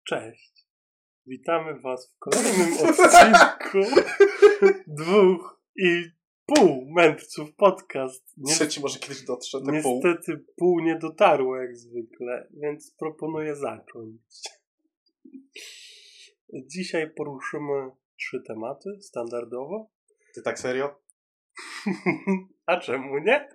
Cześć. Witamy Was w kolejnym odcinku 2,5 mędrców podcast. Trzeci może kiedyś dotrze, te pół. Niestety pół nie dotarło jak zwykle, więc proponuję zacząć. Dzisiaj poruszymy 3 tematy standardowo. Ty tak serio? A czemu nie?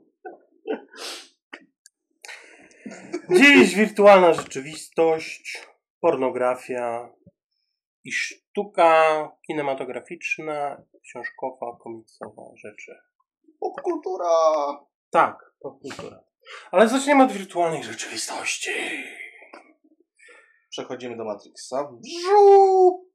Dziś wirtualna rzeczywistość, pornografia i sztuka kinematograficzna, książkowa, komiksowa rzeczy. Popkultura! Tak, popkultura. Ale zaczniemy od wirtualnej rzeczywistości. Przechodzimy do Matrixa. Bżu!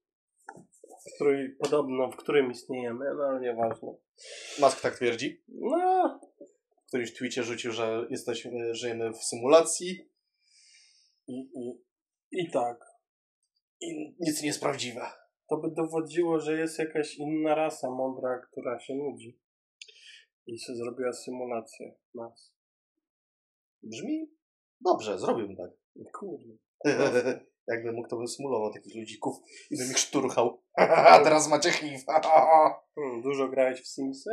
W którym istniejemy, no ale nieważne. Musk tak twierdzi. No. W którymś tweetie rzucił, że żyjemy w symulacji. I tak. I nic nie jest prawdziwe. To by dowodziło, że jest jakaś inna rasa mądra, która się nudzi. I się zrobiła symulację nas. Brzmi dobrze, zrobiłbym tak. Kurde. Jakbym mógł, to bym symulował takich ludzików i bym ich szturchał. A teraz macie HIV. Dużo grałeś w Simsy?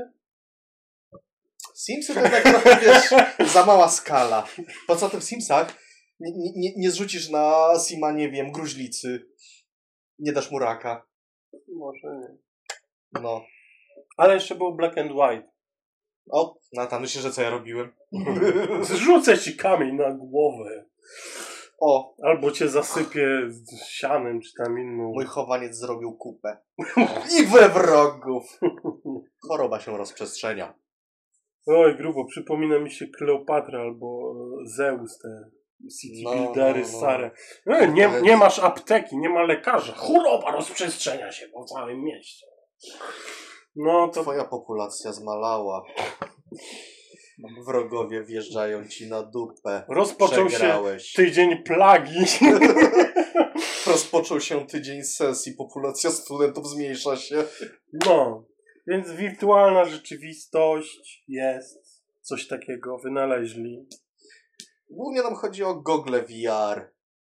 Simsy to tak trochę, wiesz, za mała skala. Poza tym w Simsach nie zrzucisz na Sima, nie wiem, gruźlicy. Nie dasz mu raka. Może nie. No. Ale jeszcze był Black and White. O, Natan, myślisz, że co ja robiłem? Zrzucę ci kamień na głowę. O. Albo cię zasypię sianem, czy tam inną. Mój chowaniec zrobił kupę. I we wrogów. Choroba się rozprzestrzenia. Oj, grubo. Przypomina mi się Kleopatra albo Zeus, te city buildery stare. Nie masz apteki, nie ma lekarza. Choroba rozprzestrzenia się po całym mieście. No to... Twoja populacja zmalała. Wrogowie wjeżdżają ci na dupę. Rozpoczął się tydzień plagi. Rozpoczął się tydzień sesji. Populacja studentów zmniejsza się. No, więc wirtualna rzeczywistość jest. Coś takiego wynaleźli. Głównie nam chodzi o gogle VR.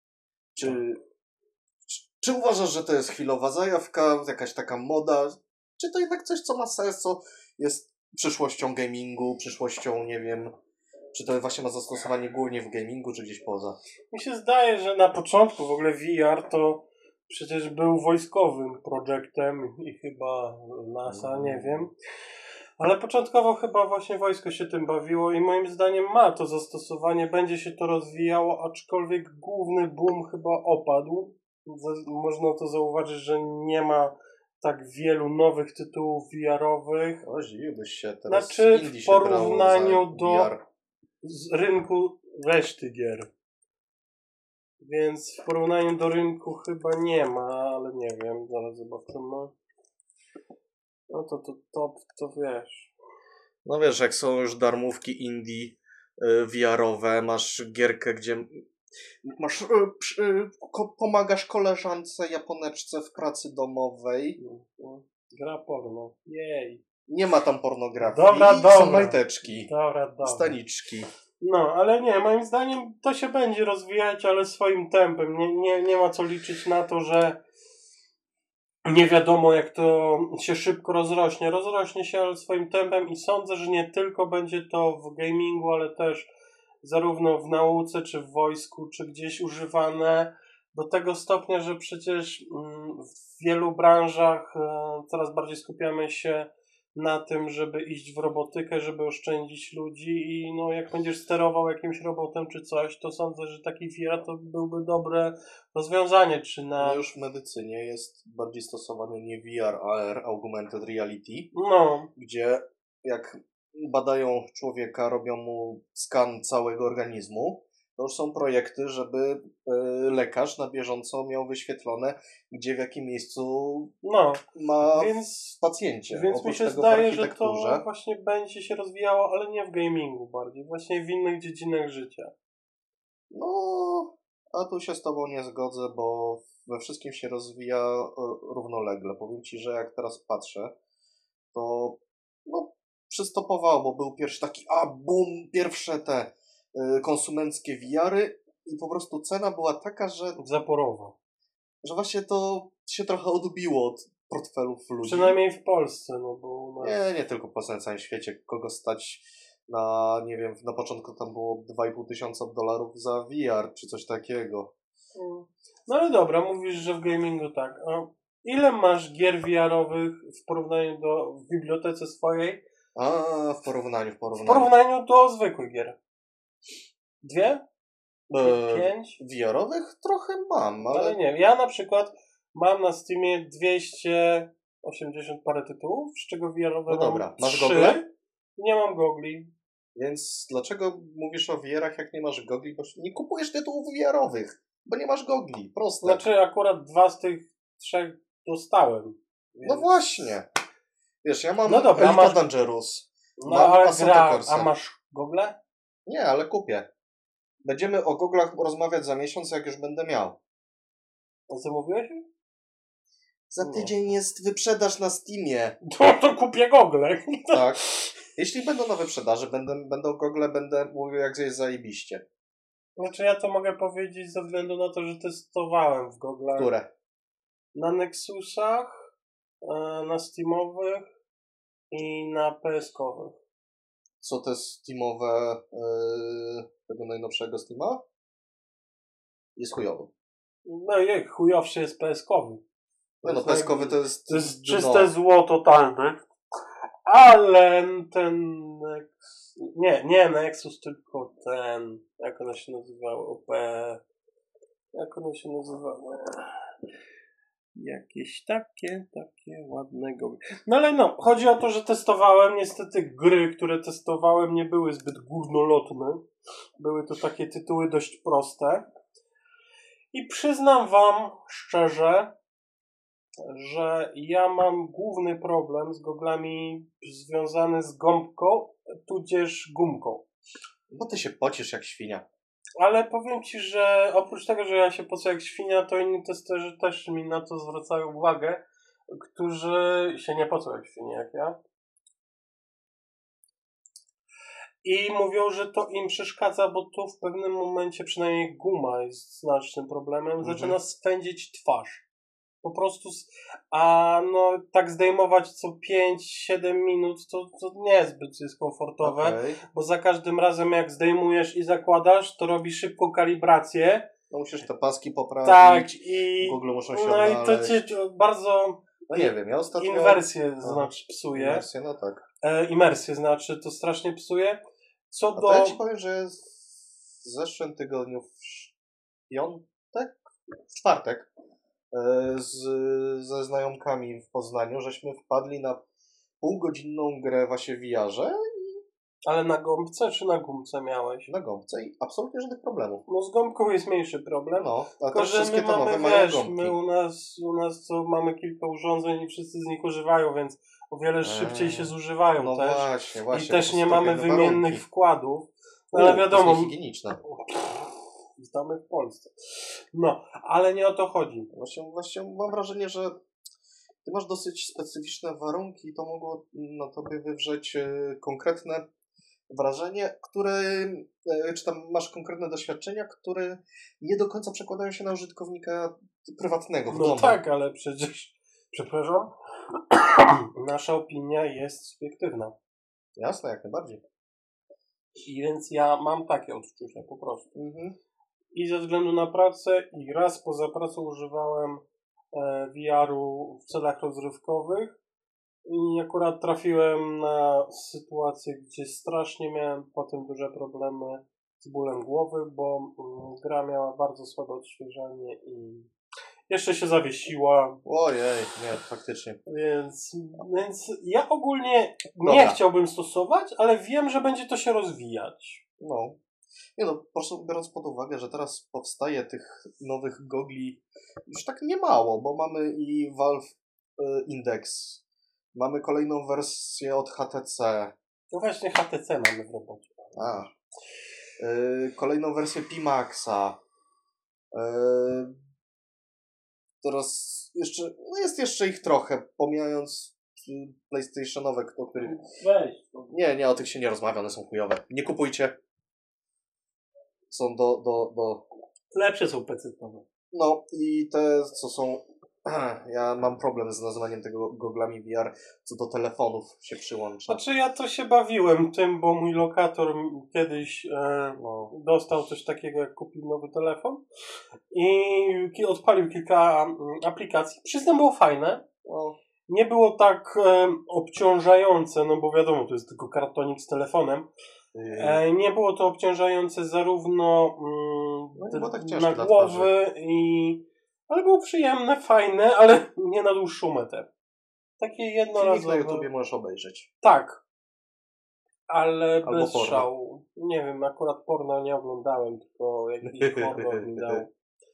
Czy uważasz, że to jest chwilowa zajawka, jakaś taka moda? Czy to jednak coś, co ma sens, co jest przyszłością gamingu, przyszłością, nie wiem, czy to właśnie ma zastosowanie głównie w gamingu, czy gdzieś poza? Mi się zdaje, że na początku w ogóle VR to przecież był wojskowym projektem i chyba NASA, nie wiem. Ale początkowo chyba właśnie wojsko się tym bawiło i moim zdaniem ma to zastosowanie, będzie się to rozwijało, aczkolwiek główny boom chyba opadł. Można to zauważyć, że nie ma tak wielu nowych tytułów VR-owych. O, zdziwiłbyś się. Teraz znaczy w porównaniu do rynku reszty gier. Więc w porównaniu do rynku chyba nie ma, ale nie wiem, zaraz zobaczymy. No to wiesz. No wiesz, jak są już darmówki indie VR-owe, masz gierkę, gdzie masz pomagasz koleżance Japoneczce w pracy domowej. Gra porno. Jej. Nie ma tam pornografii. Dobra. Są majteczki. Dobra. Staniczki. No, ale nie, moim zdaniem to się będzie rozwijać, ale swoim tempem. Nie ma co liczyć na to, że nie wiadomo jak to się szybko rozrośnie. Rozrośnie się, ale swoim tempem i sądzę, że nie tylko będzie to w gamingu, ale też zarówno w nauce, czy w wojsku, czy gdzieś używane do tego stopnia, że przecież w wielu branżach coraz bardziej skupiamy się na tym, żeby iść w robotykę, żeby oszczędzić ludzi i no jak będziesz sterował jakimś robotem czy coś, to sądzę, że taki VR to byłby dobre rozwiązanie, czy na... No już w medycynie jest bardziej stosowany nie VR, AR, Augmented Reality, gdzie jak badają człowieka, robią mu skan całego organizmu, to już są projekty, żeby lekarz na bieżąco miał wyświetlone, gdzie w jakim miejscu ma w pacjencie. Więc mi się zdaje, że to właśnie będzie się rozwijało, ale nie w gamingu bardziej, właśnie w innych dziedzinach życia. No, a tu się z tobą nie zgodzę, bo we wszystkim się rozwija równolegle. Powiem ci, że jak teraz patrzę, to przystopowało, bo był pierwszy taki boom, pierwsze te konsumenckie VR-y i po prostu cena była taka, że... Zaporowa. że właśnie to się trochę odbiło od portfelów ludzi. Przynajmniej w Polsce, no bo u nas... Nie tylko w Polsce, na całym świecie. Kogo stać na, nie wiem, na początku tam było $2,500 za VR, czy coś takiego. No ale dobra, mówisz, że w gamingu tak. A ile masz gier VR-owych w porównaniu w bibliotece swojej? W porównaniu. W porównaniu do zwykłych gier. 2? 5? VR-owych trochę mam, ale nie. Ja na przykład mam na Steamie 280 parę tytułów, z czego VR-owe no dobra, mam masz 3. gogle? Nie mam gogli. Więc dlaczego mówisz o VR-ach, jak nie masz gogli? Bo nie kupujesz tytułów VR-owych, bo nie masz gogli. Proste. Znaczy akurat 2 z tych 3 dostałem. Więc... No właśnie. Wiesz, ja mam dobra, Elite Dangerous. No ale a masz gogle? Nie, ale kupię. Będziemy o goglach rozmawiać za miesiąc, jak już będę miał. A co mówiłeś? Za tydzień jest wyprzedaż na Steamie. To kupię gogle. Tak. Jeśli będą na wyprzedaży, będą gogle, będę mówił, jak jest zajebiście. Znaczy ja to mogę powiedzieć ze względu na to, że testowałem w goglach. Które? Na Nexusach, na Steamowych i na PS-kowych. Co te Steamowe tego najnowszego Steama? Jest chujowy. No jak chujowszy jest PS-kowy. No PS-kowy to jest czyste zło totalne. Ale ten... Nie Nexus, tylko ten... Jak ono się nazywało? Jak ono się nazywało? Jakieś takie ładnego. No ale chodzi o to, że testowałem. Niestety gry, które testowałem, nie były zbyt górnolotne. Były to takie tytuły dość proste. I przyznam wam szczerze, że ja mam główny problem z goglami związany z gąbką, tudzież gumką. Bo ty się pocisz jak świnia. Ale powiem ci, że oprócz tego, że ja się pocę jak świnia, to inni testerzy też mi na to zwracają uwagę, którzy się nie pocą jak świnia, jak ja. I mówią, że to im przeszkadza, bo tu w pewnym momencie przynajmniej guma jest znacznym problemem, zaczyna spędzić twarz. Po prostu, tak zdejmować co 5-7 minut to niezbyt jest komfortowe, bo za każdym razem jak zdejmujesz i zakładasz, to robi szybką kalibrację. No musisz te paski poprawić. Tak, i Google muszą się odnaleźć. I to cię bardzo nie wiem, ja ostatnio... Inwersję psuje. Imersję, no tak. Imersję znaczy, to strasznie psuje. To ja ci powiem, że w zeszłym tygodniu w czwartek ze znajomkami w Poznaniu, żeśmy wpadli na półgodzinną grę właśnie w VR-ze. Ale na gąbce czy na gumce miałeś? Na gąbce i absolutnie żadnych problemów. No z gąbką jest mniejszy problem. A tylko, że wszystkie te nowe mają gąbki. My u nas to mamy kilka urządzeń i wszyscy z nich używają, więc o wiele szybciej się zużywają też. Właśnie. I też nie mamy wymiennych wkładów. Ale wiadomo. To jest higieniczne. Witamy w Polsce. Ale nie o to chodzi. Właśnie mam wrażenie, że ty masz dosyć specyficzne warunki i to mogło na tobie wywrzeć konkretne wrażenie, czy tam masz konkretne doświadczenia, które nie do końca przekładają się na użytkownika prywatnego w domu. Tak, ale przecież, przepraszam, nasza opinia jest subiektywna. Jasne, jak najbardziej. I więc ja mam takie odczucia po prostu. I ze względu na pracę i raz poza pracą używałem VR-u w celach rozrywkowych i akurat trafiłem na sytuację, gdzie strasznie miałem potem duże problemy z bólem głowy, bo gra miała bardzo słabe odświeżanie i jeszcze się zawiesiła. Ojej, nie, faktycznie. Więc ja ogólnie nie chciałbym stosować, ale wiem, że będzie to się rozwijać. Po prostu biorąc pod uwagę, że teraz powstaje tych nowych gogli już tak niemało, bo mamy i Valve Index, mamy kolejną wersję od HTC. No właśnie HTC mamy w robocie. Kolejną wersję Pimaxa. Teraz jest jeszcze ich trochę, pomijając PlayStationowe, o których... Weź. Nie, o tych się nie rozmawia, one są chujowe. Nie kupujcie. Są do... Lepsze są PC-towe. No i te, co są... Ja mam problem z nazywaniem tego goglami VR, co do telefonów się przyłącza. Znaczy ja to się bawiłem tym, bo mój lokator kiedyś dostał coś takiego, jak kupił nowy telefon i odpalił kilka aplikacji. Przyznam, było fajne. Nie było tak obciążające, no bo wiadomo, to jest tylko kartonik z telefonem. Nie było to obciążające zarówno na głowy ale było przyjemne, fajne, ale nie na dłuższą metę. Takie jednorazowe. Filmik na YouTubie możesz obejrzeć. Tak. Ale albo bez porno. Szału. Nie wiem, akurat porno nie oglądałem, tylko jakiś porno oglądał.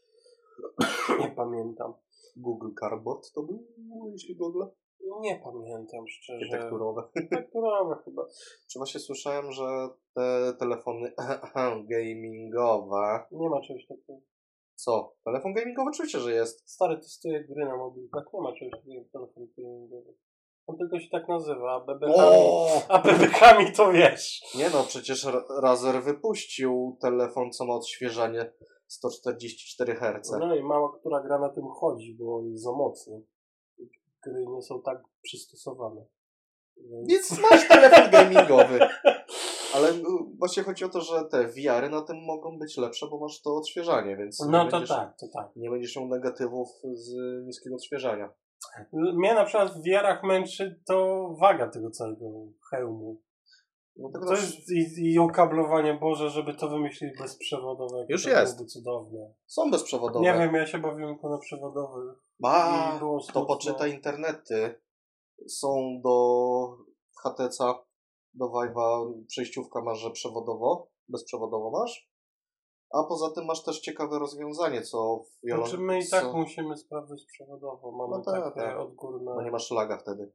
Nie pamiętam. Google Cardboard to był, jeśli Google? Nie pamiętam szczerze. Tekturowe. Tekturowe chyba. Czy właśnie słyszałem, że te telefony gamingowe... Nie ma czegoś takiego. Co? Telefon gamingowy oczywiście, że jest. Stary, testuję gry na mobilkach. Nie ma czegoś takiego telefon gamingowy. On tylko się tak nazywa, a bebekami to wiesz. Nie no, przecież Razer wypuścił telefon, co ma odświeżanie 144 Hz. No i mała, która gra na tym chodzi, bo on jest za mocny. Gry nie są tak przystosowane. Więc masz telefon gamingowy. Ale właśnie chodzi o to, że te VR-y na tym mogą być lepsze, bo masz to odświeżanie, więc no to tak. Nie będziesz miał negatywów z niskiego odświeżania. Mnie na przykład w VR-ach męczy to waga tego całego hełmu. No to jest i okablowanie, Boże, żeby to wymyślić bezprzewodowe. Już jest. Byłoby cudowne. Są bezprzewodowe. Nie wiem, ja się bawiłem tylko na przewodowych. To poczytaj internety. Są do HTC, do Vive'a przejściówka masz, że bezprzewodowo masz. A poza tym masz też ciekawe rozwiązanie, co... Znaczy my i tak musimy sprawdzać przewodowo. Mamy takie odgórne... No nie masz laga wtedy.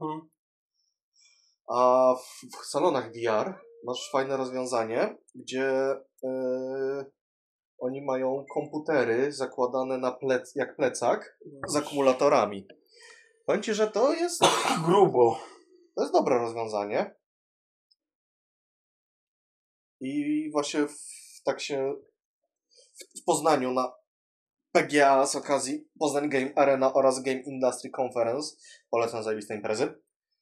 A w salonach VR masz fajne rozwiązanie, gdzie oni mają komputery zakładane na jak plecak z akumulatorami. Powiem Ci, że to jest... grubo. To jest dobre rozwiązanie. I właśnie w Poznaniu na PGA z okazji Poznań Game Arena oraz Game Industry Conference, polecam zajebiste imprezy.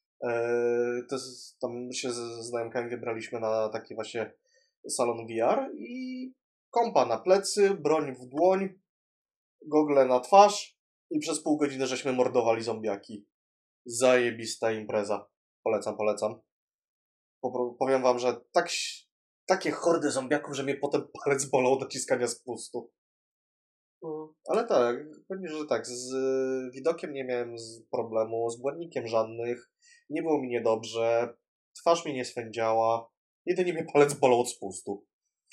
Tam się z znajomkami wybraliśmy na taki właśnie salon VR i kompa na plecy, broń w dłoń, gogle na twarz i przez pół godziny żeśmy mordowali zombiaki. Zajebista impreza. Polecam. Powiem wam, że takie hordy zombiaków, że mnie potem palec bolał od naciskania spustu. Ale tak, powiem, że tak, z widokiem nie miałem problemu, z błędnikiem żadnych, nie było mi niedobrze, twarz mi nie swędziała, jedynie mnie palec bolał od spustu.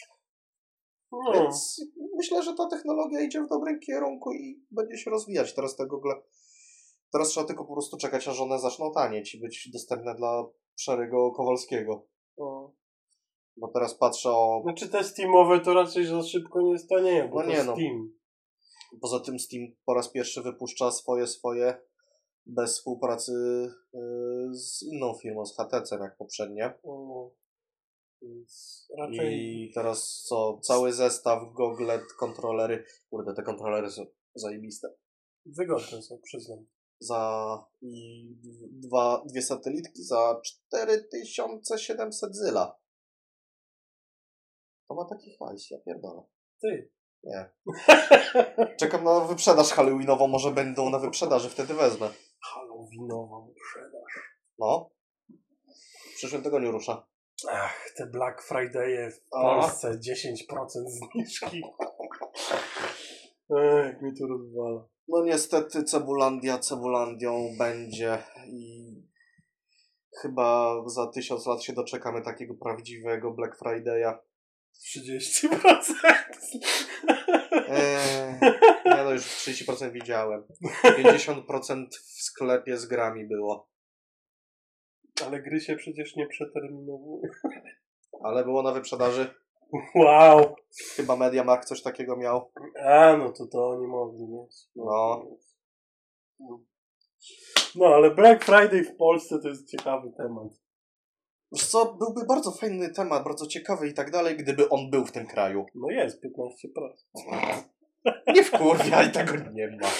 Więc myślę, że ta technologia idzie w dobrym kierunku i będzie się rozwijać. Teraz trzeba tylko po prostu czekać, aż one zaczną tanieć i być dostępne dla szarego Kowalskiego. Bo teraz patrzę Znaczy te Steamowe to raczej za szybko nie stanieją, bo Steam. Poza tym Steam po raz pierwszy wypuszcza swoje bez współpracy z inną firmą, z HTC jak poprzednie. I teraz cały zestaw, gogle, kontrolery. Kurde, te kontrolery są zajebiste. Wygodne są, przyznam. Dwie satelitki za 4700 zyla. To ma taki hajs, ja pierdolę. Ty. Nie. Czekam na wyprzedaż halloweenową, może będą na wyprzedaży, wtedy wezmę. Halloweenowa wyprzedaż. No. W przyszłym tygodniu rusza. Ach, te Black Friday'e w Polsce, 10% zniżki. Jak mi to rozwala. No niestety Cebulandią będzie i chyba za 1000 lat się doczekamy takiego prawdziwego Black Friday'a. 30%? Nie no, już 30% widziałem. 50% w sklepie z grami było. Ale gry się przecież nie przeterminowują. Ale było na wyprzedaży. Wow! Chyba MediaMarkt coś takiego miał. No to oni mogli mieć. No, ale Black Friday w Polsce to jest ciekawy temat. Wiesz co, byłby bardzo fajny temat, bardzo ciekawy i tak dalej, gdyby on był w tym kraju. No jest, 15%. Nie wkurwiaj, tego nie ma.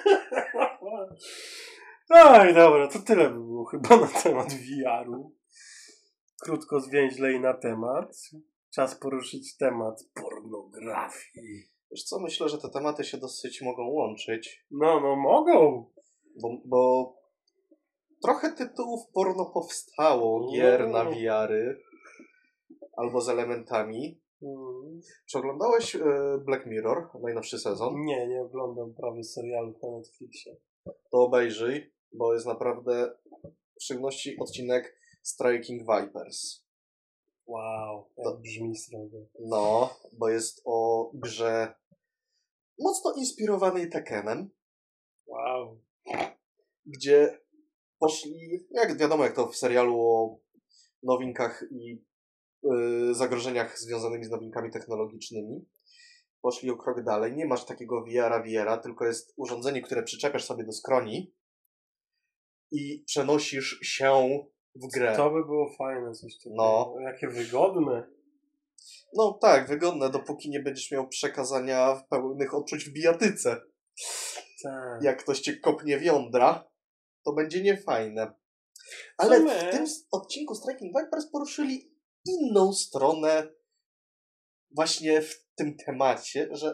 Oj, dobra, to tyle by było chyba na temat VR-u. Krótko, zwięźlej na temat. Czas poruszyć temat pornografii. Wiesz co, myślę, że te tematy się dosyć mogą łączyć. No mogą. Bo trochę tytułów porno powstało, gier na VR-y, albo z elementami. Czy oglądałeś Black Mirror, najnowszy sezon? Nie oglądam prawie serialów na Netflixie. To obejrzyj, bo jest naprawdę, w szczególności odcinek Striking Vipers. Wow, to brzmi srogo. No, bo jest o grze mocno inspirowanej Tekkenem. Wow. Gdzie poszli, jak wiadomo, jak to w serialu o nowinkach i zagrożeniach związanymi z nowinkami technologicznymi, poszli o krok dalej. Nie masz takiego VR-a, tylko jest urządzenie, które przyczepiasz sobie do skroni i przenosisz się w grę. To by było fajne coś takiego. No. Jakie wygodne. No tak, wygodne, dopóki nie będziesz miał przekazania pełnych odczuć w bijatyce. Tak. Jak ktoś cię kopnie w jądra, to będzie niefajne. Ale w tym odcinku Striking Vipers poruszyli inną stronę właśnie w tym temacie, że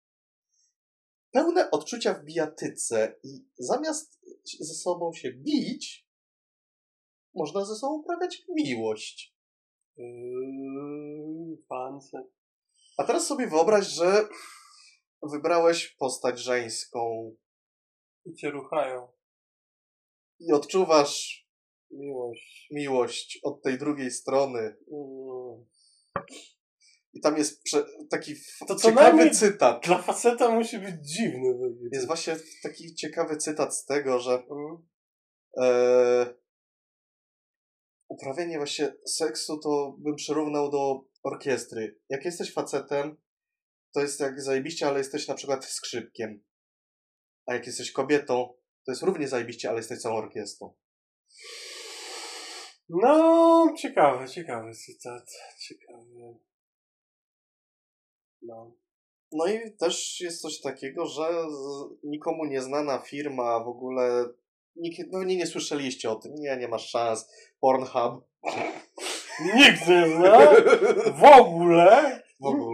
pełne odczucia w bijatyce i zamiast ze sobą się bić, można ze sobą uprawiać miłość. Fancy. A teraz sobie wyobraź, że wybrałeś postać żeńską i cię ruchają. I odczuwasz miłość od tej drugiej strony. I tam jest taki ciekawy cytat. Dla faceta musi być dziwny. Jest właśnie taki ciekawy cytat z tego, że uprawianie właśnie seksu to bym przyrównał do orkiestry. Jak jesteś facetem, to jest jak zajebiście, ale jesteś na przykład skrzypkiem. A jak jesteś kobietą, to jest równie zajebiście, ale jesteś całą orkiestrą. No, ciekawy cytat. Ciekawy. No i też jest coś takiego, że nikomu nieznana firma, w ogóle nie słyszeliście o tym. Nie masz szans. Pornhub. Nikt nie zna. W ogóle.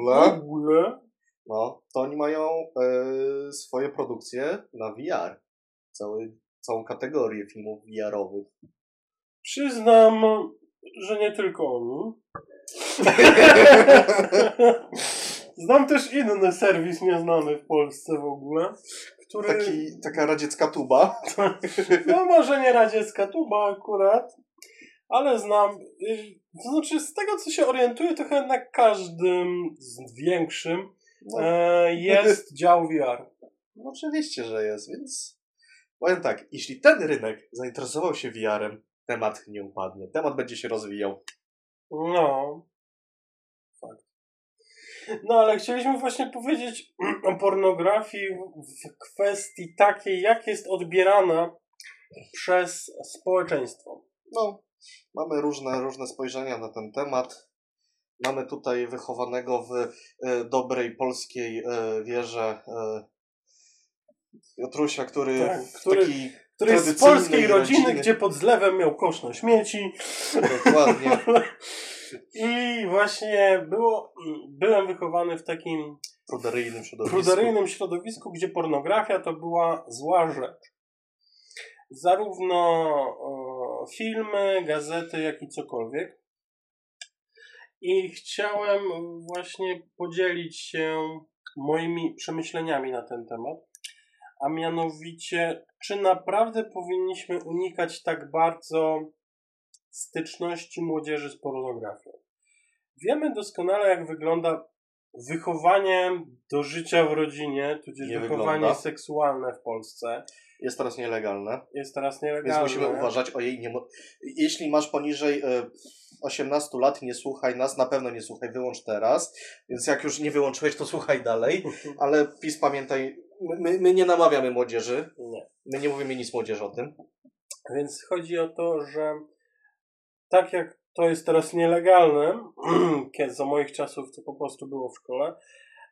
No, to oni mają swoje produkcje na VR. Całą kategorię filmów VR-owych. Przyznam, że nie tylko oni. Znam też inny serwis nieznany w Polsce w ogóle, który... Taka radziecka tuba. No może nie radziecka tuba akurat, ale znam... To znaczy z tego, co się orientuję, to chyba na każdym z większym jest dział VR. No oczywiście, że jest, więc powiem tak, jeśli ten rynek zainteresował się VR-em, temat nie upadnie. Temat będzie się rozwijał. No. Fakt. No, ale chcieliśmy właśnie powiedzieć o pornografii w kwestii takiej, jak jest odbierana przez społeczeństwo. No, mamy różne spojrzenia na ten temat. Mamy tutaj wychowanego w dobrej polskiej wierze Piotrusia, który jest z polskiej rodziny, gdzie pod zlewem miał kosz na śmieci. Dokładnie. I właśnie byłem wychowany w takim pruderyjnym środowisku, gdzie pornografia to była zła rzecz. Zarówno filmy, gazety, jak i cokolwiek. I chciałem właśnie podzielić się moimi przemyśleniami na ten temat. A mianowicie, czy naprawdę powinniśmy unikać tak bardzo styczności młodzieży z pornografią? Wiemy doskonale, jak wygląda wychowanie do życia w rodzinie, tudzież wychowanie seksualne w Polsce. Jest teraz nielegalne. Więc musimy uważać o jej Jeśli masz poniżej 18 lat, nie słuchaj nas, na pewno nie słuchaj, wyłącz teraz. Więc jak już nie wyłączyłeś, to słuchaj dalej. Ale pamiętaj, my nie namawiamy młodzieży. Nie. My nie mówimy nic młodzieży o tym. Więc chodzi o to, że tak jak to jest teraz nielegalne, kiedy za moich czasów to po prostu było w szkole,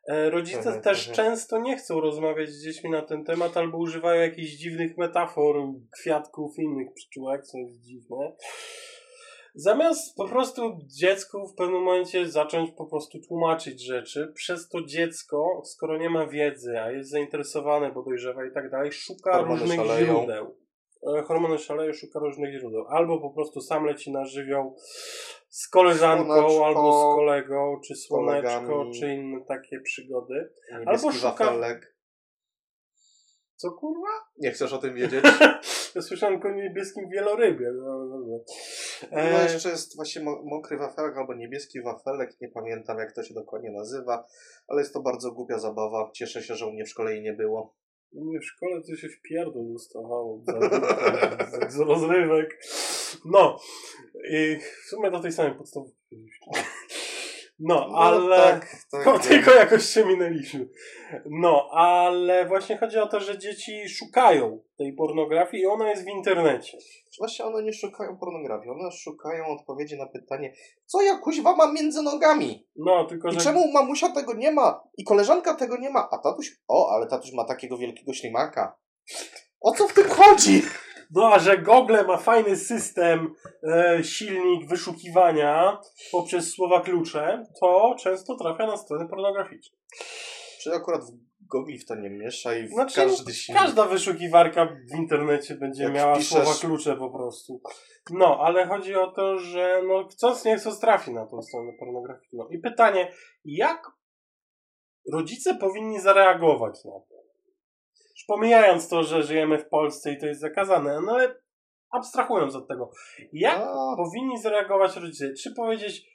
Rodzice też często nie chcą rozmawiać z dziećmi na ten temat albo używają jakichś dziwnych metafor, kwiatków i innych pszczółek, co jest dziwne. Zamiast po prostu dziecku w pewnym momencie zacząć po prostu tłumaczyć rzeczy, przez to dziecko, skoro nie ma wiedzy, a jest zainteresowane, bo dojrzewa i tak dalej, szuka różnych źródeł. Hormony szaleją, szuka różnych źródeł. Albo po prostu sam leci na żywioł z koleżanką, albo z kolegą, czy słoneczko, czy inne takie przygody. Albo szuka... wafelek. Co kurwa? Nie chcesz o tym wiedzieć? Ja słyszałem o niebieskim wielorybie. No jeszcze jest właśnie mokry wafelek albo niebieski wafelek, nie pamiętam jak to się dokładnie nazywa, ale jest to bardzo głupia zabawa. Cieszę się, że u mnie w szkole jej nie było. U mnie w szkole to się w pierdol dostawało z rozrywek. No. I w sumie do tej samej podstawówki. No, ale... Tak, tylko jakoś się minęliśmy. No, ale właśnie chodzi o to, że dzieci szukają tej pornografii i ona jest w internecie. Właśnie one nie szukają pornografii, one szukają odpowiedzi na pytanie, co ja kuźwa mam między nogami? No, tylko że... I czemu mamusia tego nie ma? I koleżanka tego nie ma? A tatuś... ale tatuś ma takiego wielkiego ślimaka. O co w tym chodzi? No, a że Google ma fajny system, silnik wyszukiwania poprzez słowa klucze, to często trafia na strony pornograficzne. Czy akurat w Google w to nie miesza i każdy silnik... Każda wyszukiwarka w internecie będzie miała słowa klucze po prostu. No, ale chodzi o to, że no, chcąc nie chcąc trafi na tą stronę pornograficzną. I pytanie, jak rodzice powinni zareagować na to? Już pomijając to, że żyjemy w Polsce i to jest zakazane, no ale abstrahując od tego, jak powinni zareagować rodzice? Czy powiedzieć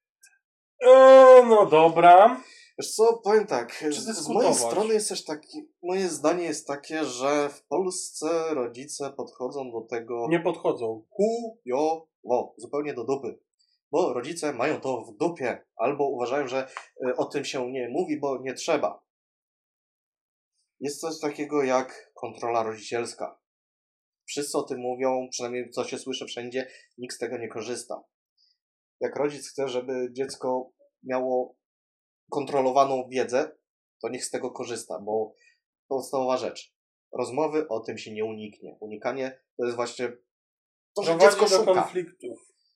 no dobra. Wiesz co, powiem tak, z mojej strony jest też taki, moje zdanie jest takie, że w Polsce rodzice podchodzą do tego... Nie podchodzą. Chujowo, zupełnie do dupy. Bo rodzice mają to w dupie, albo uważają, że o tym się nie mówi, bo nie trzeba. Jest coś takiego jak kontrola rodzicielska. Wszyscy o tym mówią, przynajmniej co się słyszy wszędzie, nikt z tego nie korzysta. Jak rodzic chce, żeby dziecko miało kontrolowaną wiedzę, to niech z tego korzysta, bo to podstawowa rzecz. Rozmowy o tym się nie uniknie. Unikanie to jest właśnie to, że dziecko szuka. Do konfliktów.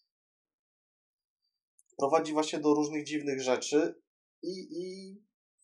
Prowadzi właśnie do różnych dziwnych rzeczy i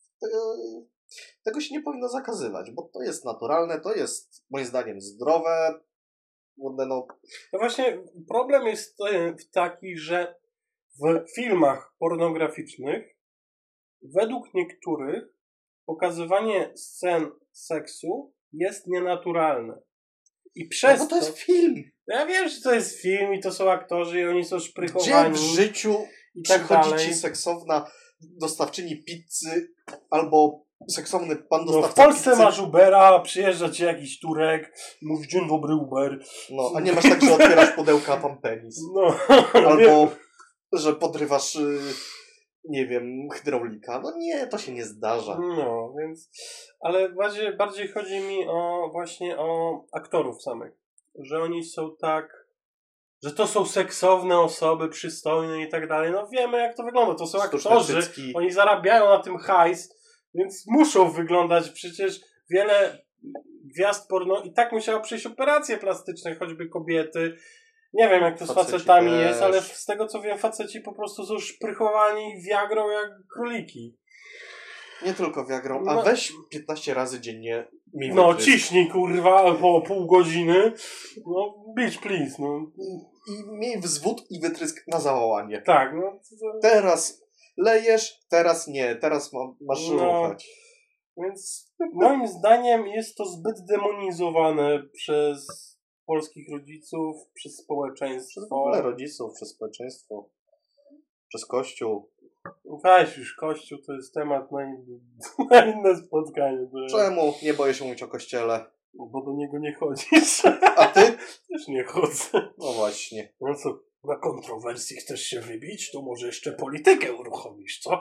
tego się nie powinno zakazywać, bo to jest naturalne, to jest moim zdaniem zdrowe. No właśnie problem jest taki, że w filmach pornograficznych według niektórych pokazywanie scen seksu jest nienaturalne. I przez no bo to jest film. Ja wiem, że to jest film i to są aktorzy i oni są szprychowani. Gdzie w życiu przychodzi ci seksowna dostawczyni pizzy albo seksowny pan dostawca w Polsce pizzy. Masz Ubera, przyjeżdża ci jakiś Turek, mówi dzień dobry Uber. No, a nie masz tak, że otwierasz pudełka, a tam penis. No. Albo, że podrywasz, nie wiem, hydraulika. No nie, to się nie zdarza. No, więc, ale bardziej chodzi mi właśnie o aktorów samych. Że oni są tak, że to są seksowne osoby, przystojne i tak dalej. No wiemy jak to wygląda, to są aktorzy, oni zarabiają na tym hajs, więc muszą wyglądać, przecież wiele gwiazd porno i tak musiało przejść operacje plastyczne, choćby kobiety. Nie wiem jak to z facetami też jest, ale z tego co wiem faceci po prostu są szprychowani wiagrą jak króliki. Nie tylko wiagrą, a weź 15 razy dziennie mi no ciśnij kurwa po pół godziny. No bitch please. No. I miej wzwód i wytrysk na zawołanie. Tak. No. Teraz lejesz, teraz nie. Teraz masz ruchać. Więc moim zdaniem jest to zbyt demonizowane przez polskich rodziców, przez społeczeństwo. Przez w ogóle rodziców, przez społeczeństwo. Przez Kościół. Weź już, Kościół to jest temat na inne spotkanie. Czemu? Nie boję się mówić o Kościele. Bo do niego nie chodzisz. A ty? Też nie chodzę. No właśnie. No co, na kontrowersji chcesz się wybić? To może jeszcze politykę uruchomisz, co?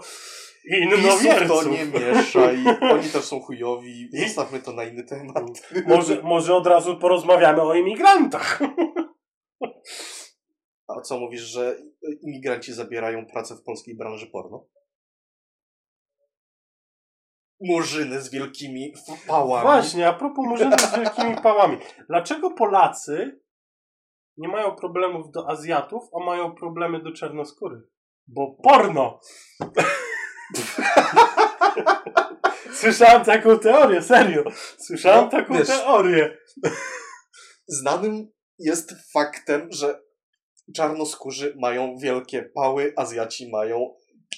To nie mieszaj. Oni też są chujowi. Zostawmy to na inny temat. Może od razu porozmawiamy o imigrantach. A co mówisz, że imigranci zabierają pracę w polskiej branży porno? murzyny z wielkimi pałami. Właśnie, a propos murzynów z wielkimi pałami. Dlaczego Polacy nie mają problemów do Azjatów, a mają problemy do czarnoskórych? Bo porno! Słyszałem taką teorię, serio. Słyszałem taką teorię. Znanym jest faktem, że czarnoskórzy mają wielkie pały, Azjaci mają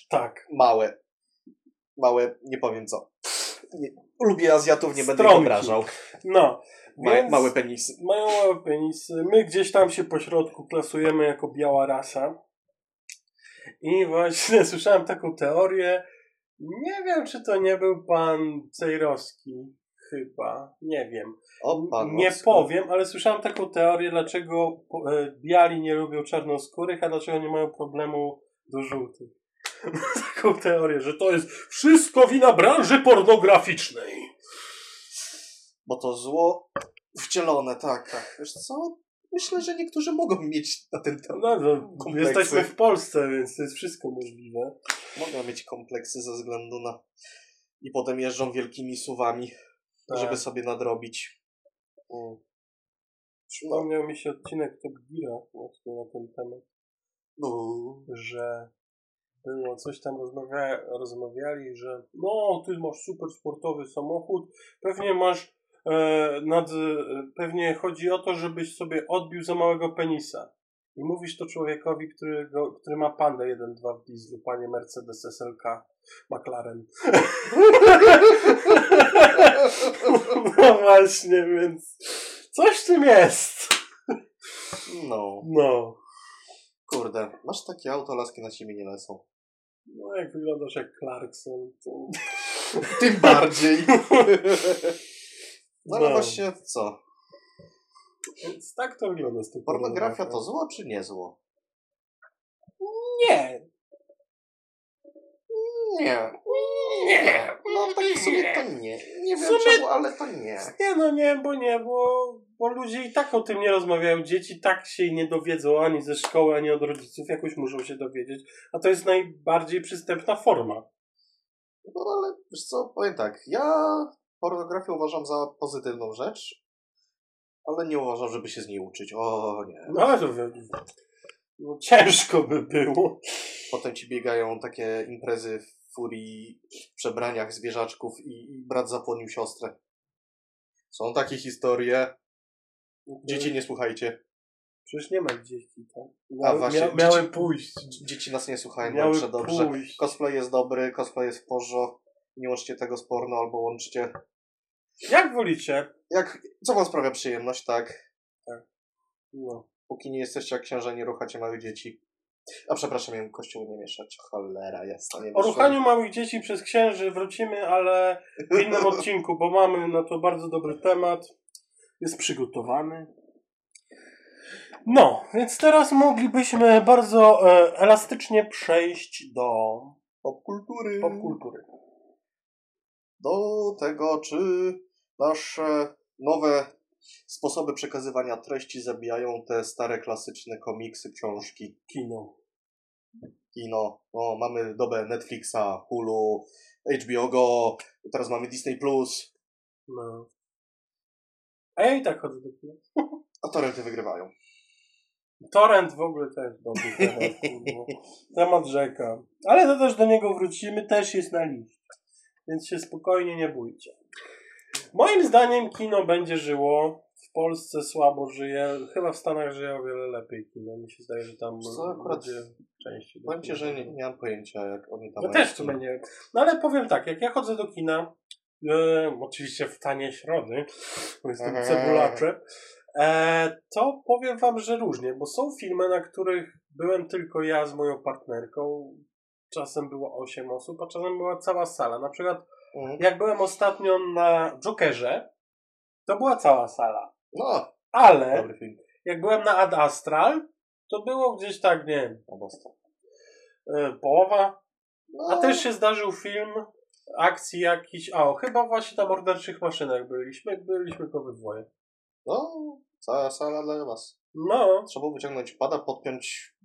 małe, nie powiem co. Lubię Azjatów, nie będę ich obrażał. No. Małe penisy. Mają małe penisy. My gdzieś tam się po środku klasujemy jako biała rasa. I właśnie słyszałem taką teorię. Nie wiem, czy to nie był pan Cejrowski. Chyba. Nie wiem. Nie powiem, ale słyszałem taką teorię, dlaczego biali nie lubią czarnoskórych, a dlaczego nie mają problemu do żółtych. Taką teorię, że to jest wszystko wina branży pornograficznej. Bo to zło wcielone, tak. Wiesz co? Myślę, że niektórzy mogą mieć na ten temat kompleksy. Jesteśmy w Polsce, więc to jest wszystko możliwe. Mogą mieć kompleksy ze względu na... I potem jeżdżą wielkimi suwami, żeby sobie nadrobić. Przypomniał mi się odcinek Top Geara właśnie na ten temat. Że było coś tam rozmawiali, że no, ty masz super sportowy samochód, pewnie masz pewnie chodzi o to, żebyś sobie odbił za małego penisa. I mówisz to człowiekowi, który ma Pandę 1.2 w dieslu, panie Mercedes SLK McLaren. No właśnie, więc coś w tym jest. No. Kurde, masz takie auto, laski na ciebie nie lecą. No jak wyglądasz jak Clarkson, to... Tym bardziej. No ale właśnie co? Więc tak to wygląda z tym. Pornografia to zło czy nie zło? Nie. No tak w sumie to nie. Nie wiem czemu, ale to nie. Bo ludzie i tak o tym nie rozmawiają. Dzieci tak się nie dowiedzą ani ze szkoły, ani od rodziców. Jakoś muszą się dowiedzieć. A to jest najbardziej przystępna forma. No ale wiesz co, powiem tak. Ja pornografię uważam za pozytywną rzecz, ale nie uważam, żeby się z niej uczyć. O nie. No ciężko by było. Potem ci biegają takie imprezy w furii, w przebraniach zwierzaczków i brat zapłonił siostrę. Są takie historie. Dzieci nie słuchajcie. Przecież nie ma dzieci, tak? Miały pójść. Dzieci nas nie słuchają, dobrze, dobrze. Cosplay jest dobry, cosplay jest w porządku. Nie łączcie tego z porno albo łączcie. Jak wolicie? Co wam sprawia przyjemność, tak? Tak. No. Póki nie jesteście jak księża, nie ruchacie małych dzieci. A przepraszam, miałem kościół nie mieszać. Cholera jasna. O ruchaniu małych dzieci przez księży wrócimy, ale w innym odcinku, bo mamy na to bardzo dobry temat. Jest przygotowany. No, więc teraz moglibyśmy bardzo elastycznie przejść do popkultury. Do tego, czy nasze nowe sposoby przekazywania treści zabijają te stare, klasyczne komiksy, książki. Kino. No, mamy dobę Netflixa, Hulu, HBO Go, teraz mamy Disney+. No. A ja i tak chodzę do kina. A torrenty wygrywają. Torrent w ogóle też dobry temat. Temat rzeka. Ale to też do niego wrócimy, też jest na liście. Więc się spokojnie nie bójcie. Moim zdaniem kino będzie żyło. W Polsce słabo żyje. Chyba w Stanach żyje o wiele lepiej kino. Mi się zdaje, że tam będzie częściej. Powiem ci, że nie mam pojęcia, jak oni tam... Ja też tu nie. No ale powiem tak, jak ja chodzę do kina, oczywiście w tanie środy, bo jestem cebulaczem, to powiem wam, że różnie, bo są filmy, na których byłem tylko ja z moją partnerką. Czasem było 8 osób, a czasem była cała sala. Na przykład jak byłem ostatnio na Jokerze, to była cała sala. No, ale jak byłem na Ad Astral, to było gdzieś tak, nie wiem, połowa. No. A też się zdarzył film akcji jakiś, chyba właśnie na Morderczych Maszynach byliśmy go we dwoje. No, cała sala dla was. No. Trzeba wyciągnąć pada, podpiąć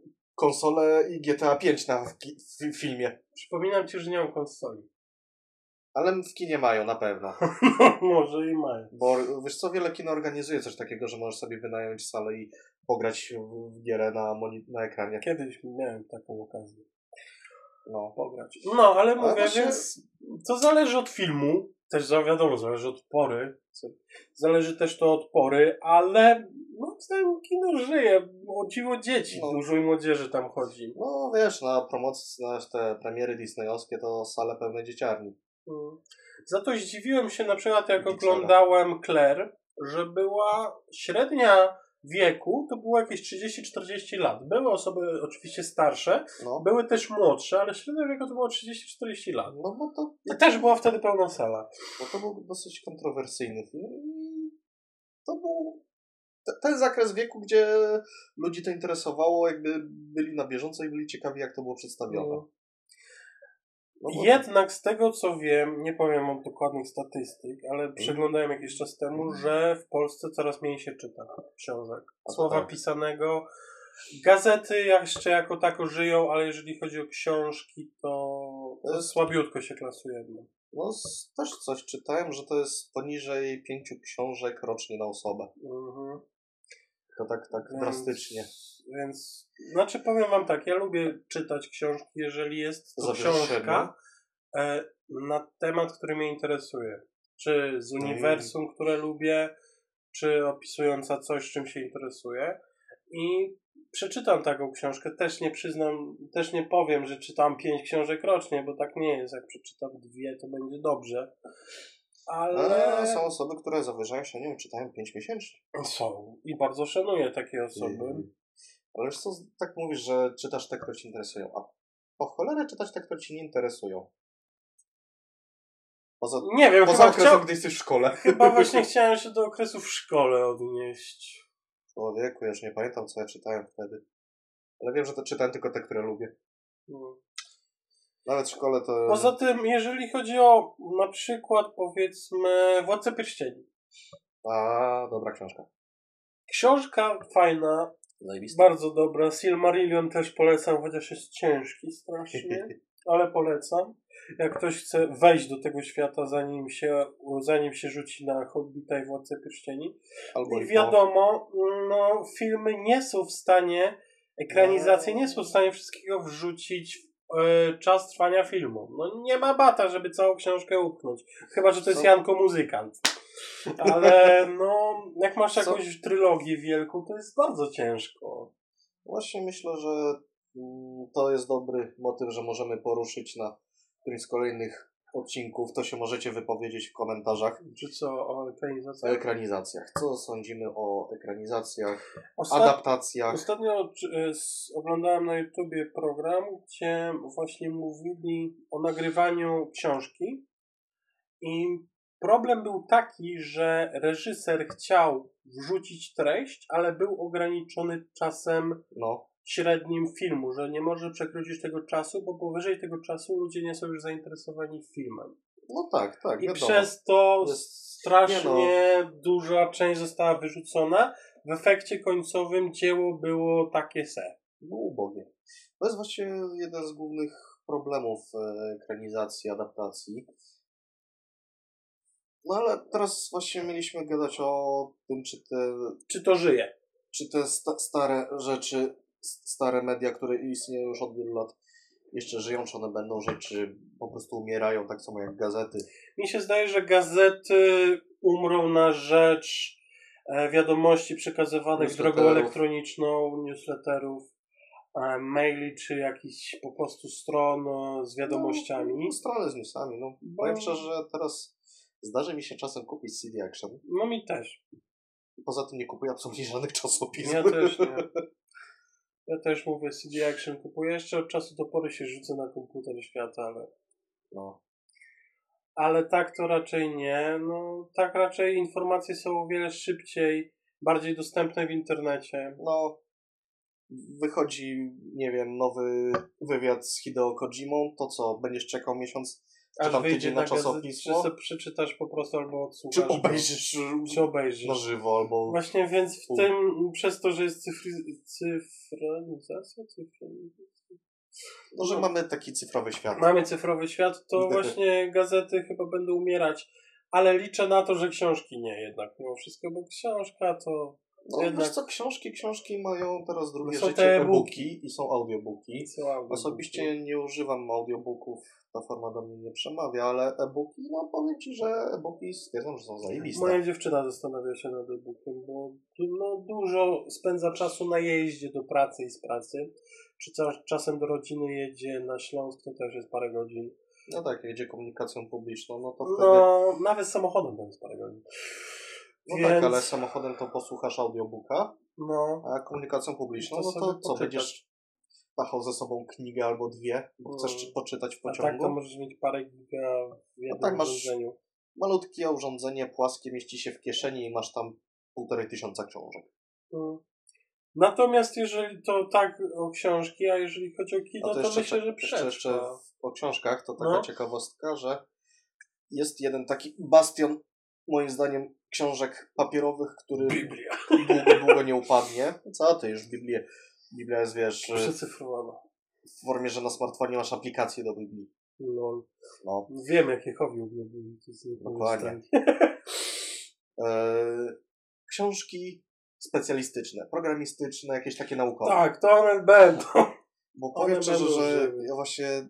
konsolę i GTA 5 w filmie. Przypominam ci, że nie mam konsoli. Ale w kinie mają, na pewno. No, może i mają. Bo wiesz co, wiele kin organizuje coś takiego, że możesz sobie wynająć salę i pograć w gierę na ekranie. Kiedyś miałem taką okazję. No. Pograć. No, ale mówię, właśnie... więc to zależy od filmu. Też wiadomo, zależy od pory. Zależy też to od pory, ale no, ten kino żyje. O dziwo dzieci, dużo i młodzieży tam chodzi. No wiesz, na promocje, na te premiery disneyowskie to sale pełne dzieciarni. Za to zdziwiłem się na przykład, jak oglądałem Claire, że była średnia wieku, to było jakieś 30-40 lat. Były osoby oczywiście starsze, były też młodsze, ale średnia wieku to było 30-40 lat. No bo to... I też była wtedy pełna sala. Bo to był dosyć kontrowersyjny film i to był ten zakres wieku, gdzie ludzi to interesowało, jakby byli na bieżąco i byli ciekawi, jak to było przedstawione. Jednak z tego co wiem, nie powiem o dokładnych statystyk, ale przeglądałem jakiś czas temu, że w Polsce coraz mniej się czyta książek. Słowa pisanego. Gazety jeszcze jako tako żyją, ale jeżeli chodzi o książki, to słabiutko się klasujemy. No też coś czytałem, że to jest poniżej 5 książek rocznie na osobę. To tak drastycznie. Więc, znaczy powiem wam tak, ja lubię czytać książki, jeżeli jest to książka na temat, który mnie interesuje. Czy z uniwersum, które lubię, czy opisująca coś, czym się interesuję. I przeczytam taką książkę. Też nie powiem, że czytam 5 książek rocznie, bo tak nie jest. Jak przeczytam 2, to będzie dobrze. Ale są osoby, które zawyżają się, nie wiem, czytają 5 miesięcznie. Są. I bardzo szanuję takie osoby. Ale wiesz co, tak mówisz, że czytasz te, które ci interesują. A po cholerę czytać te, które ci nie interesują? Nie wiem, poza okresem, gdy jesteś w szkole. Chyba właśnie chciałem się do okresu w szkole odnieść. Człowieku, ja już nie pamiętam, co ja czytałem wtedy. Ale wiem, że to czytałem tylko te, które lubię. Nawet w szkole to... Poza tym, jeżeli chodzi o na przykład, powiedzmy, Władcę Pierścieni. Dobra książka. Książka fajna, bardzo dobra. Silmarillion też polecam, chociaż jest ciężki strasznie, ale polecam. Jak ktoś chce wejść do tego świata, zanim się rzuci na Hobbita i Władcę Pierścieni. I wiadomo, filmy nie są w stanie, ekranizacje nie są w stanie wszystkiego wrzucić w czas trwania filmu. Nie ma bata, żeby całą książkę upchnąć. Chyba że to jest Janko Muzykant. Ale jak masz jakąś trylogię wielką, to jest bardzo ciężko. Właśnie myślę, że to jest dobry motyw, że możemy poruszyć na którymś z kolejnych odcinków. To się możecie wypowiedzieć w komentarzach. Czy co, o ekranizacjach? O ekranizacjach. Co sądzimy o ekranizacjach, adaptacjach? Ostatnio oglądałem na YouTubie program, gdzie właśnie mówili o nagrywaniu książki i problem był taki, że reżyser chciał wrzucić treść, ale był ograniczony czasem średnim filmu, że nie może przekroczyć tego czasu, bo powyżej tego czasu ludzie nie są już zainteresowani filmem. No tak, I wiadomo. Przez to strasznie duża część została wyrzucona. W efekcie końcowym dzieło było takie se. Było ubogie. To jest właściwie jeden z głównych problemów ekranizacji, adaptacji. No ale teraz właśnie mieliśmy gadać o tym, czy to żyje. Czy te stare rzeczy, stare media, które istnieją już od wielu lat, jeszcze żyją, czy one będą żyć, czy po prostu umierają, tak samo jak gazety? Mi się zdaje, że gazety umrą na rzecz wiadomości przekazywanych drogą elektroniczną, newsletterów, maili, czy jakichś po prostu stron z wiadomościami. Strony z newsami, Powiem szczerze, że teraz zdarzy mi się czasem kupić CD Action. Mi też. Poza tym nie kupuję absolutnie żadnych czasopism. Ja też nie. Ja też mówię CD Action kupuję. Jeszcze od czasu do pory się rzucę na komputer świata, ale... Ale tak to raczej nie. Tak raczej informacje są o wiele szybciej, bardziej dostępne w internecie. Wychodzi, nie wiem, nowy wywiad z Hideo Kojimą, to co, będziesz czekał miesiąc, czy aż tam tydzień na czasopismo? Czy sobie przeczytasz po prostu albo odsłuchasz. Czy obejrzysz na żywo, albo... Właśnie, więc w tym, przez to, że jest cyfronizacja, No, że mamy taki cyfrowy świat. Mamy cyfrowy świat, to właśnie gazety chyba będą umierać. Ale liczę na to, że książki nie jednak. Mimo wszystko, bo książka to... No jednak... wiesz co, książki mają teraz drugie życie, e-booki i są audiobooki. Osobiście nie używam audiobooków, ta forma do mnie nie przemawia, ale e-booki, no powiem Ci, że e-booki stwierdzam, że są zajebiste. Moja dziewczyna zastanawia się nad e-bookiem, bo dużo spędza czasu na jeździe do pracy i z pracy. Czy czasem do rodziny jedzie na Śląsk, to też jest parę godzin. No tak, jedzie komunikacją publiczną, no to wtedy... No, nawet samochodem to jest parę godzin. No więc... tak, ale samochodem to posłuchasz audiobooka, a komunikacją publiczną, no to co, będziesz pachał ze sobą knigę albo dwie, bo chcesz poczytać w pociągu? A tak to możesz mieć parę giga w jednym urządzeniu. Masz malutkie urządzenie płaskie, mieści się w kieszeni i masz tam 1500 książek. Natomiast jeżeli to tak o książki, a jeżeli chodzi o kino, to myślę, że przetrwa. Jeszcze o książkach, to taka ciekawostka, że jest jeden taki bastion, moim zdaniem, książek papierowych, który długo nie upadnie. Co ty już, Biblia jest, wiesz... Przecyfrowana. W formie, że na smartfonie masz aplikację do Biblii. No. Wiem, jakie hobby byli. Dokładnie. Książki specjalistyczne, programistyczne, jakieś takie naukowe. Tak, to one będą. Bo powiem szczerze, że ja właśnie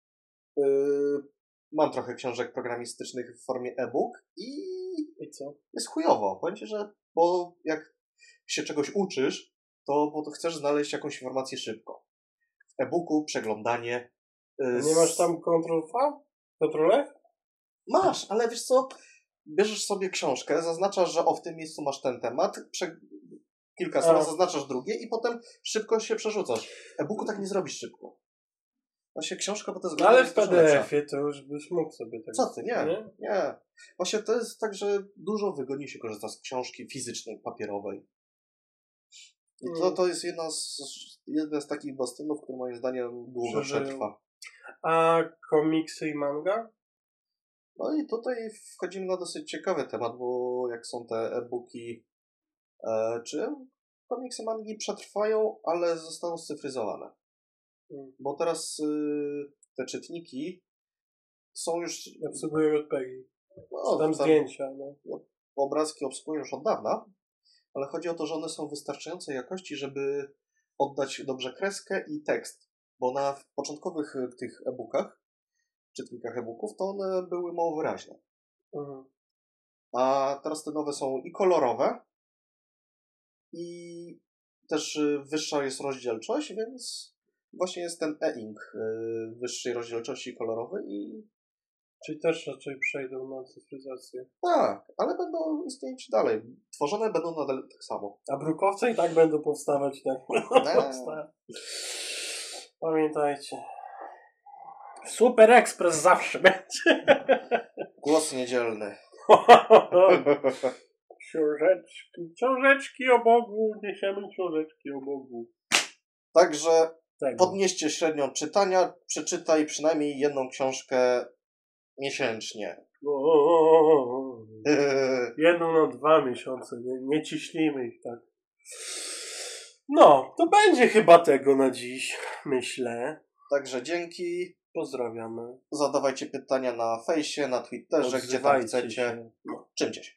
mam trochę książek programistycznych w formie e-book i co? Jest chujowo. Powiem Ci, że bo jak się czegoś uczysz, to chcesz znaleźć jakąś informację szybko. W e-booku przeglądanie. Nie masz tam Ctrl-V? Ctrl-F? Masz, ale wiesz co? Bierzesz sobie książkę, zaznaczasz, że w tym miejscu masz ten temat, kilka stron, zaznaczasz drugie i potem szybko się przerzucasz. W e-booku tak nie zrobisz szybko. Właśnie książka, bo to jest... Ale w PDF-ie to już byś mógł sobie tak... Co ty? Nie. Właśnie to jest tak, że dużo wygodniej się korzysta z książki fizycznej, papierowej. I to jest jeden z takich bastionów, który moim zdaniem długo przetrwa. A komiksy i manga? No i tutaj wchodzimy na dosyć ciekawy temat, bo jak są te e-booki, czy komiksy, mangi przetrwają, ale zostaną scyfryzowane. Bo teraz te czytniki są już... Obsługują JPEGi. Tam zdjęcia. Obrazki obsługują już od dawna, ale chodzi o to, że one są wystarczającej jakości, żeby oddać dobrze kreskę i tekst. Bo na początkowych tych e-bookach, czytnikach e-booków, to one były mało wyraźne. A teraz te nowe są i kolorowe, i też wyższa jest rozdzielczość, więc właśnie jest ten e-ink wyższej rozdzielczości kolorowy i... Czyli też raczej przejdą na cyfryzację. Tak, ale będą istnieć dalej. Tworzone będą nadal tak samo. A brukowce i tak będą powstawać, tak? Pamiętajcie. Super Express zawsze będzie. Głos niedzielny. Książeczki o Bogu, niesiemy książeczki o Bogu. Także podnieście średnią czytania, przeczytaj przynajmniej jedną książkę miesięcznie. Jedną na 2 miesiące, nie ciśnijmy ich tak. No, to będzie chyba tego na dziś, myślę. Także dzięki. Pozdrawiamy. Zadawajcie pytania na fejsie, na Twitterze, gdzie tam chcecie. Czymcie się.